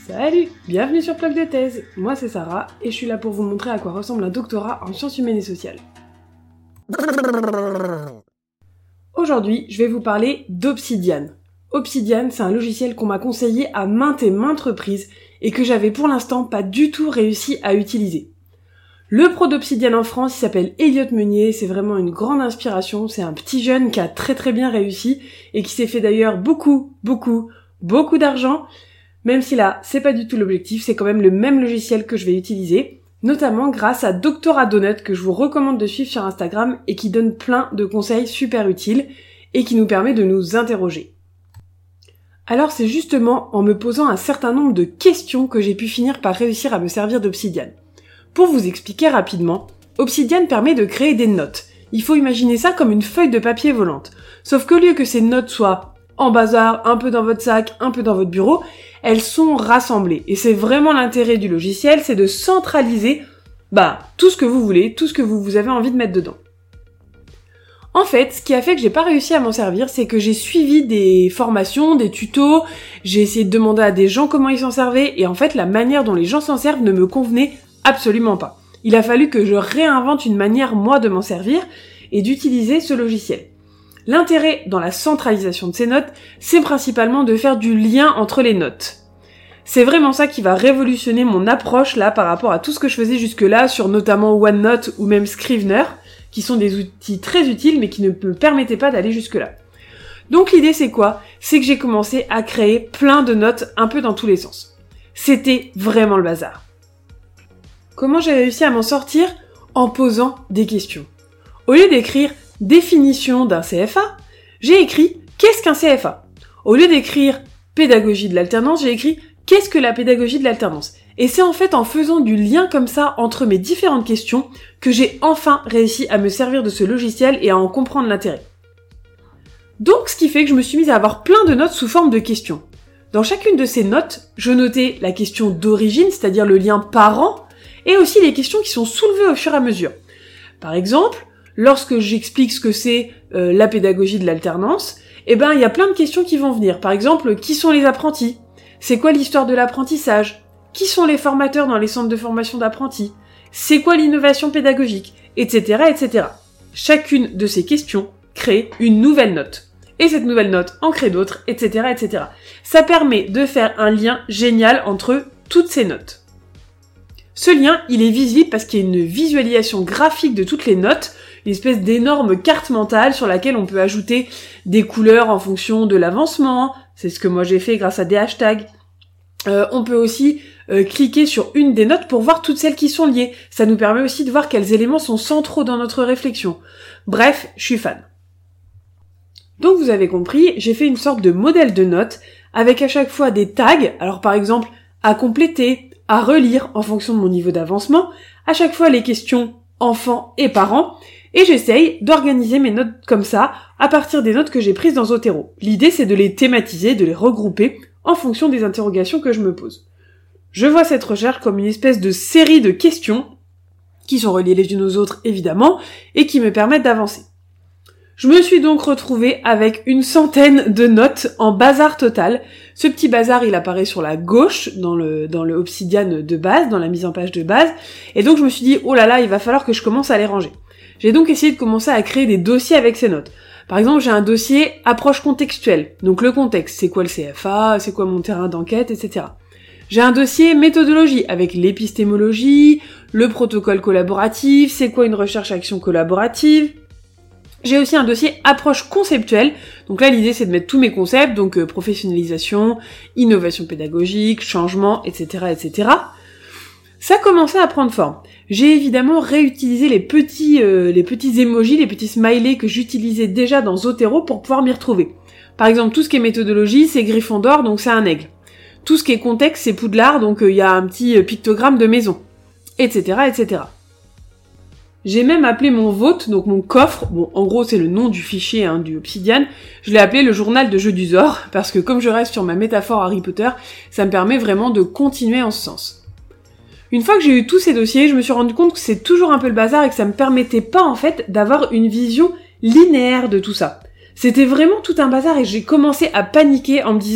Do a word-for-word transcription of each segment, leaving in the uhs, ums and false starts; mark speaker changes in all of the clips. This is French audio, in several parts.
Speaker 1: Salut, bienvenue sur Plug de thèse. Moi c'est Sarah et je suis là pour vous montrer à quoi ressemble un doctorat en sciences humaines et sociales. Aujourd'hui, je vais vous parler d'Obsidian. Obsidian, c'est un logiciel qu'on m'a conseillé à maintes et maintes reprises et que j'avais pour l'instant pas du tout réussi à utiliser. Le pro d'Obsidian en France, il s'appelle Elliot Meunier, c'est vraiment une grande inspiration, c'est un petit jeune qui a très très bien réussi et qui s'est fait d'ailleurs beaucoup, beaucoup, beaucoup d'argent. Même si là, c'est pas du tout l'objectif, c'est quand même le même logiciel que je vais utiliser, notamment grâce à Doctorat Donut que je vous recommande de suivre sur Instagram et qui donne plein de conseils super utiles et qui nous permet de nous interroger. Alors c'est justement en me posant un certain nombre de questions que j'ai pu finir par réussir à me servir d'Obsidian. Pour vous expliquer rapidement, Obsidian permet de créer des notes. Il faut imaginer ça comme une feuille de papier volante. Sauf qu'au lieu que ces notes soient en bazar, un peu dans votre sac, un peu dans votre bureau, elles sont rassemblées. Et c'est vraiment l'intérêt du logiciel, c'est de centraliser bah, tout ce que vous voulez, tout ce que vous, vous avez envie de mettre dedans. En fait, ce qui a fait que j'ai pas réussi à m'en servir, c'est que j'ai suivi des formations, des tutos, j'ai essayé de demander à des gens comment ils s'en servaient, et en fait, la manière dont les gens s'en servent ne me convenait absolument pas. Il a fallu que je réinvente une manière, moi, de m'en servir, et d'utiliser ce logiciel. L'intérêt dans la centralisation de ces notes, c'est principalement de faire du lien entre les notes. C'est vraiment ça qui va révolutionner mon approche là par rapport à tout ce que je faisais jusque-là sur notamment OneNote ou même Scrivener, qui sont des outils très utiles mais qui ne me permettaient pas d'aller jusque-là. Donc l'idée c'est quoi ? C'est que j'ai commencé à créer plein de notes un peu dans tous les sens. C'était vraiment le bazar. Comment j'ai réussi à m'en sortir ? En posant des questions. Au lieu d'écrire définition d'un C F A, j'ai écrit qu'est-ce qu'un C F A ? Au lieu d'écrire pédagogie de l'alternance, j'ai écrit qu'est-ce que la pédagogie de l'alternance ? Et c'est en fait en faisant du lien comme ça entre mes différentes questions que j'ai enfin réussi à me servir de ce logiciel et à en comprendre l'intérêt. Donc ce qui fait que je me suis mise à avoir plein de notes sous forme de questions. Dans chacune de ces notes, je notais la question d'origine, c'est-à-dire le lien parent, et aussi les questions qui sont soulevées au fur et à mesure. Par exemple, lorsque j'explique ce que c'est euh, la pédagogie de l'alternance, eh ben il y a plein de questions qui vont venir. Par exemple, qui sont les apprentis ? C'est quoi l'histoire de l'apprentissage ? Qui sont les formateurs dans les centres de formation d'apprentis ? C'est quoi l'innovation pédagogique ? Etc, et cetera. Chacune de ces questions crée une nouvelle note. Et cette nouvelle note en crée d'autres, et cetera, et cetera. Ça permet de faire un lien génial entre toutes ces notes. Ce lien, il est visible parce qu'il y a une visualisation graphique de toutes les notes, une espèce d'énorme carte mentale sur laquelle on peut ajouter des couleurs en fonction de l'avancement. C'est ce que moi j'ai fait grâce à des hashtags. Euh, on peut aussi euh, cliquer sur une des notes pour voir toutes celles qui sont liées. Ça nous permet aussi de voir quels éléments sont centraux dans notre réflexion. Bref, je suis fan. Donc vous avez compris, j'ai fait une sorte de modèle de notes avec à chaque fois des tags. Alors par exemple, à compléter, à relire en fonction de mon niveau d'avancement. À chaque fois les questions enfants et parents. Et j'essaye d'organiser mes notes comme ça, à partir des notes que j'ai prises dans Zotero. L'idée, c'est de les thématiser, de les regrouper en fonction des interrogations que je me pose. Je vois cette recherche comme une espèce de série de questions, qui sont reliées les unes aux autres, évidemment, et qui me permettent d'avancer. Je me suis donc retrouvée avec une centaine de notes en bazar total. Ce petit bazar, il apparaît sur la gauche, dans le, dans le Obsidian de base, dans la mise en page de base, et donc je me suis dit, oh là là, il va falloir que je commence à les ranger. J'ai donc essayé de commencer à créer des dossiers avec ces notes. Par exemple, j'ai un dossier approche contextuelle. Donc le contexte, c'est quoi le C F A, c'est quoi mon terrain d'enquête, et cetera. J'ai un dossier méthodologie avec l'épistémologie, le protocole collaboratif, c'est quoi une recherche-action collaborative. J'ai aussi un dossier approche conceptuelle. Donc là, l'idée, c'est de mettre tous mes concepts, donc euh, professionnalisation, innovation pédagogique, changement, et cetera, et cetera. Ça commençait à prendre forme. J'ai évidemment réutilisé les petits, euh, les petits emojis, les petits smileys que j'utilisais déjà dans Zotero pour pouvoir m'y retrouver. Par exemple, tout ce qui est méthodologie, c'est Gryffondor, donc c'est un aigle. Tout ce qui est contexte, c'est Poudlard, donc il euh, y a un petit euh, pictogramme de maison, et cetera, et cetera. J'ai même appelé mon vote, donc mon coffre, bon, en gros, c'est le nom du fichier, hein, du Obsidian, je l'ai appelé le journal de jeu du Zor, parce que comme je reste sur ma métaphore Harry Potter, ça me permet vraiment de continuer en ce sens. Une fois que j'ai eu tous ces dossiers, je me suis rendu compte que c'est toujours un peu le bazar et que ça me permettait pas, en fait, d'avoir une vision linéaire de tout ça. C'était vraiment tout un bazar et j'ai commencé à paniquer en me disant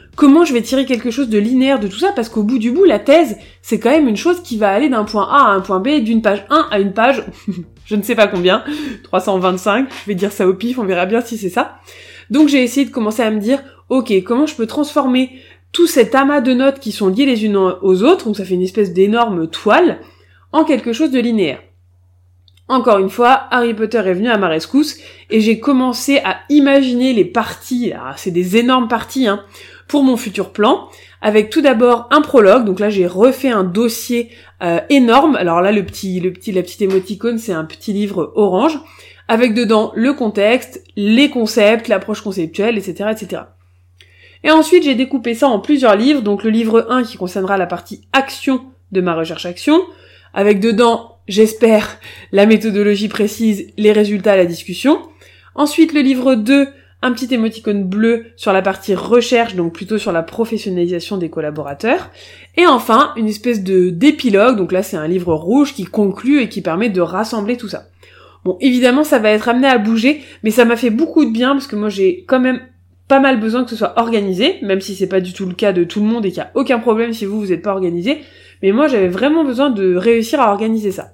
Speaker 1: comment je vais tirer quelque chose de linéaire de tout ça, parce qu'au bout du bout, la thèse, c'est quand même une chose qui va aller d'un point A à un point B, d'une page un à une page, je ne sais pas combien, trois cent vingt-cinq, je vais dire ça au pif, on verra bien si c'est ça. Donc j'ai essayé de commencer à me dire, ok, comment je peux transformer tout cet amas de notes qui sont liées les unes aux autres, donc ça fait une espèce d'énorme toile, en quelque chose de linéaire. Encore une fois, Harry Potter est venu à ma rescousse et j'ai commencé à imaginer les parties, alors c'est des énormes parties, hein, pour mon futur plan, avec tout d'abord un prologue, donc là j'ai refait un dossier euh, énorme, alors là le petit, le petit, la petite émoticône c'est un petit livre orange, avec dedans le contexte, les concepts, l'approche conceptuelle, et cetera, et cetera. Et ensuite j'ai découpé ça en plusieurs livres, donc le livre un qui concernera la partie action de ma recherche-action, avec dedans, j'espère, la méthodologie précise, les résultats, la discussion. Ensuite, le livre deux, un petit émoticône bleu sur la partie recherche, donc plutôt sur la professionnalisation des collaborateurs. Et enfin, une espèce de d'épilogue, donc là c'est un livre rouge qui conclut et qui permet de rassembler tout ça. Bon, évidemment, ça va être amené à bouger, mais ça m'a fait beaucoup de bien, parce que moi j'ai quand même pas mal besoin que ce soit organisé, même si c'est pas du tout le cas de tout le monde et qu'il y a aucun problème si vous, vous êtes pas organisé. Mais moi, j'avais vraiment besoin de réussir à organiser ça.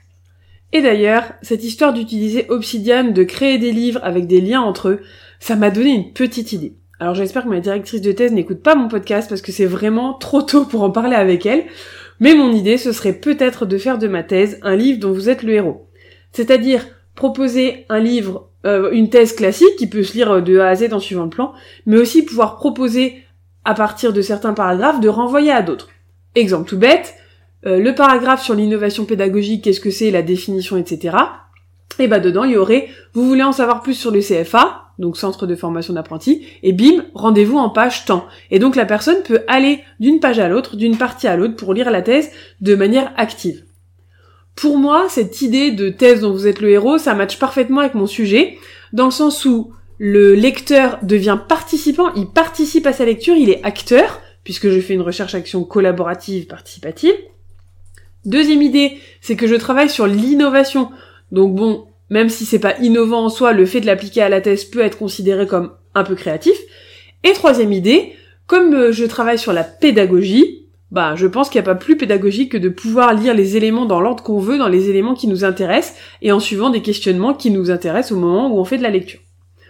Speaker 1: Et d'ailleurs, cette histoire d'utiliser Obsidian, de créer des livres avec des liens entre eux, ça m'a donné une petite idée. Alors j'espère que ma directrice de thèse n'écoute pas mon podcast parce que c'est vraiment trop tôt pour en parler avec elle, mais mon idée, ce serait peut-être de faire de ma thèse un livre dont vous êtes le héros. C'est-à-dire proposer un livre, euh, une thèse classique qui peut se lire de A à Z en suivant le plan, mais aussi pouvoir proposer, à partir de certains paragraphes, de renvoyer à d'autres. Exemple tout bête, euh, le paragraphe sur l'innovation pédagogique, qu'est-ce que c'est, la définition, et cetera. Et bah dedans, il y aurait, vous voulez en savoir plus sur le C F A, donc Centre de formation d'apprentis, et bim, rendez-vous en page temps. Et donc la personne peut aller d'une page à l'autre, d'une partie à l'autre, pour lire la thèse de manière active. Pour moi, cette idée de thèse dont vous êtes le héros, ça matche parfaitement avec mon sujet, dans le sens où le lecteur devient participant, il participe à sa lecture, il est acteur, puisque je fais une recherche-action collaborative participative. Deuxième idée, c'est que je travaille sur l'innovation. Donc bon, même si c'est pas innovant en soi, le fait de l'appliquer à la thèse peut être considéré comme un peu créatif. Et troisième idée, comme je travaille sur la pédagogie, bah je pense qu'il n'y a pas plus pédagogique que de pouvoir lire les éléments dans l'ordre qu'on veut, dans les éléments qui nous intéressent, et en suivant des questionnements qui nous intéressent au moment où on fait de la lecture.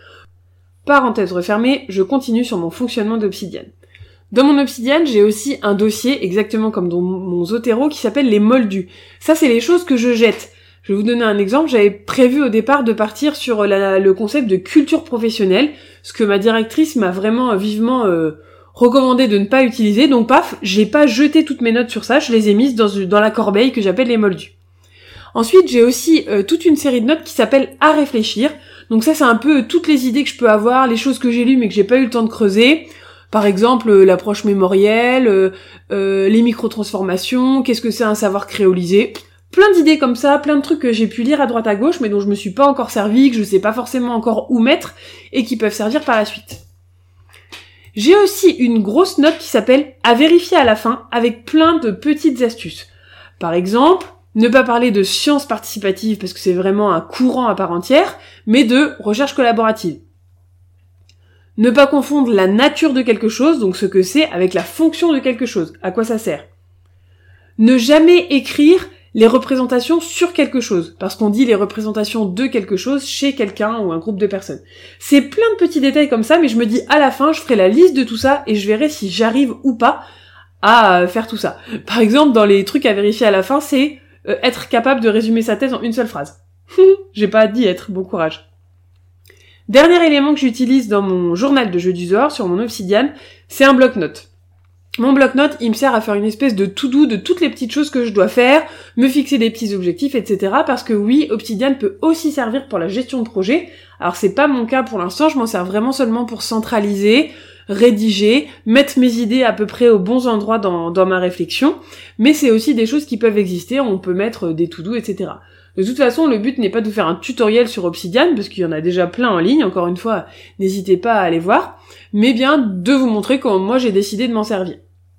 Speaker 1: Parenthèse refermée, je continue sur mon fonctionnement d'Obsidian. Dans mon Obsidian, j'ai aussi un dossier, exactement comme dans mon Zotero, qui s'appelle les moldus. Ça, c'est les choses que je jette. Je vais vous donner un exemple. J'avais prévu au départ de partir sur la, le concept de culture professionnelle, ce que ma directrice m'a vraiment vivement euh, recommandé de ne pas utiliser. Donc paf, j'ai pas jeté toutes mes notes sur ça, je les ai mises dans, dans la corbeille que j'appelle les moldus. Ensuite, j'ai aussi euh, toute une série de notes qui s'appelle à réfléchir. Donc ça, c'est un peu toutes les idées que je peux avoir, les choses que j'ai lues mais que j'ai pas eu le temps de creuser. Par exemple, euh, l'approche mémorielle, euh, euh, les microtransformations, qu'est-ce que c'est un savoir créolisé, plein d'idées comme ça, plein de trucs que j'ai pu lire à droite à gauche, mais dont je me suis pas encore servi, que je sais pas forcément encore où mettre, et qui peuvent servir par la suite. J'ai aussi une grosse note qui s'appelle « à vérifier à la fin » avec plein de petites astuces. Par exemple, ne pas parler de sciences participatives parce que c'est vraiment un courant à part entière, mais de recherche collaborative. Ne pas confondre la nature de quelque chose, donc ce que c'est, avec la fonction de quelque chose. À quoi ça sert? Ne jamais écrire les représentations sur quelque chose, parce qu'on dit les représentations de quelque chose chez quelqu'un ou un groupe de personnes. C'est plein de petits détails comme ça, mais je me dis à la fin, je ferai la liste de tout ça et je verrai si j'arrive ou pas à faire tout ça. Par exemple, dans les trucs à vérifier à la fin, c'est euh, être capable de résumer sa thèse en une seule phrase. J'ai pas dit être, bon courage. Dernier élément que j'utilise dans mon journal de jeu du Zohar sur mon Obsidian, c'est un bloc-notes. Mon bloc-notes, il me sert à faire une espèce de to-do de toutes les petites choses que je dois faire, me fixer des petits objectifs, et cetera. Parce que oui, Obsidian peut aussi servir pour la gestion de projet. Alors c'est pas mon cas pour l'instant, je m'en sers vraiment seulement pour centraliser, rédiger, mettre mes idées à peu près aux bons endroits dans, dans ma réflexion. Mais c'est aussi des choses qui peuvent exister, on peut mettre des to-do, et cetera. De toute façon, le but n'est pas de vous faire un tutoriel sur Obsidian, parce qu'il y en a déjà plein en ligne, encore une fois, n'hésitez pas à aller voir, mais bien de vous montrer comment moi j'ai décidé de m'en servir.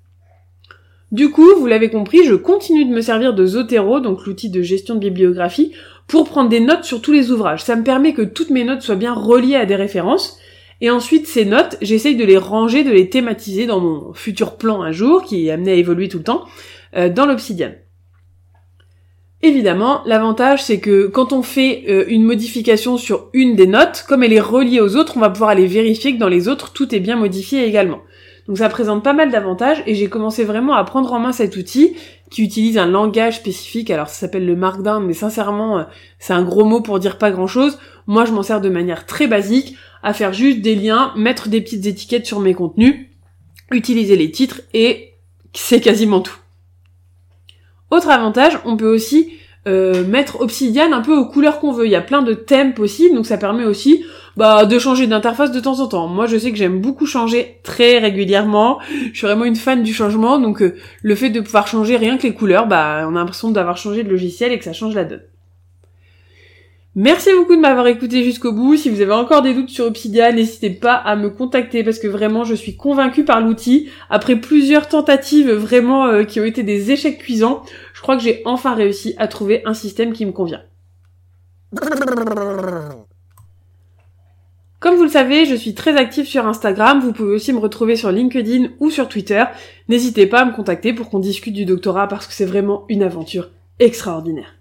Speaker 1: Du coup, vous l'avez compris, je continue de me servir de Zotero, donc l'outil de gestion de bibliographie, pour prendre des notes sur tous les ouvrages. Ça me permet que toutes mes notes soient bien reliées à des références, Et ensuite, ces notes, j'essaye de les ranger, de les thématiser dans mon futur plan un jour, qui est amené à évoluer tout le temps, euh, dans l'Obsidian. Évidemment, l'avantage, c'est que quand on fait euh, une modification sur une des notes, comme elle est reliée aux autres, on va pouvoir aller vérifier que dans les autres, tout est bien modifié également. Donc ça présente pas mal d'avantages, et j'ai commencé vraiment à prendre en main cet outil, qui utilise un langage spécifique. Alors ça s'appelle le Markdown, mais sincèrement, c'est un gros mot pour dire pas grand-chose. Moi, je m'en sers de manière très basique, à faire juste des liens, mettre des petites étiquettes sur mes contenus, utiliser les titres, et c'est quasiment tout. Autre avantage, on peut aussi euh, mettre Obsidian un peu aux couleurs qu'on veut. Il y a plein de thèmes possibles, donc ça permet aussi bah de changer d'interface de temps en temps. Moi, je sais que j'aime beaucoup changer très régulièrement. Je suis vraiment une fan du changement, donc euh, le fait de pouvoir changer rien que les couleurs, bah on a l'impression d'avoir changé de logiciel et que ça change la donne. Merci beaucoup de m'avoir écouté jusqu'au bout. Si vous avez encore des doutes sur Obsidian, n'hésitez pas à me contacter parce que vraiment je suis convaincue par l'outil. Après plusieurs tentatives vraiment euh, qui ont été des échecs cuisants, je crois que j'ai enfin réussi à trouver un système qui me convient. Comme vous le savez, je suis très active sur Instagram, vous pouvez aussi me retrouver sur LinkedIn ou sur Twitter. N'hésitez pas à me contacter pour qu'on discute du doctorat parce que c'est vraiment une aventure extraordinaire.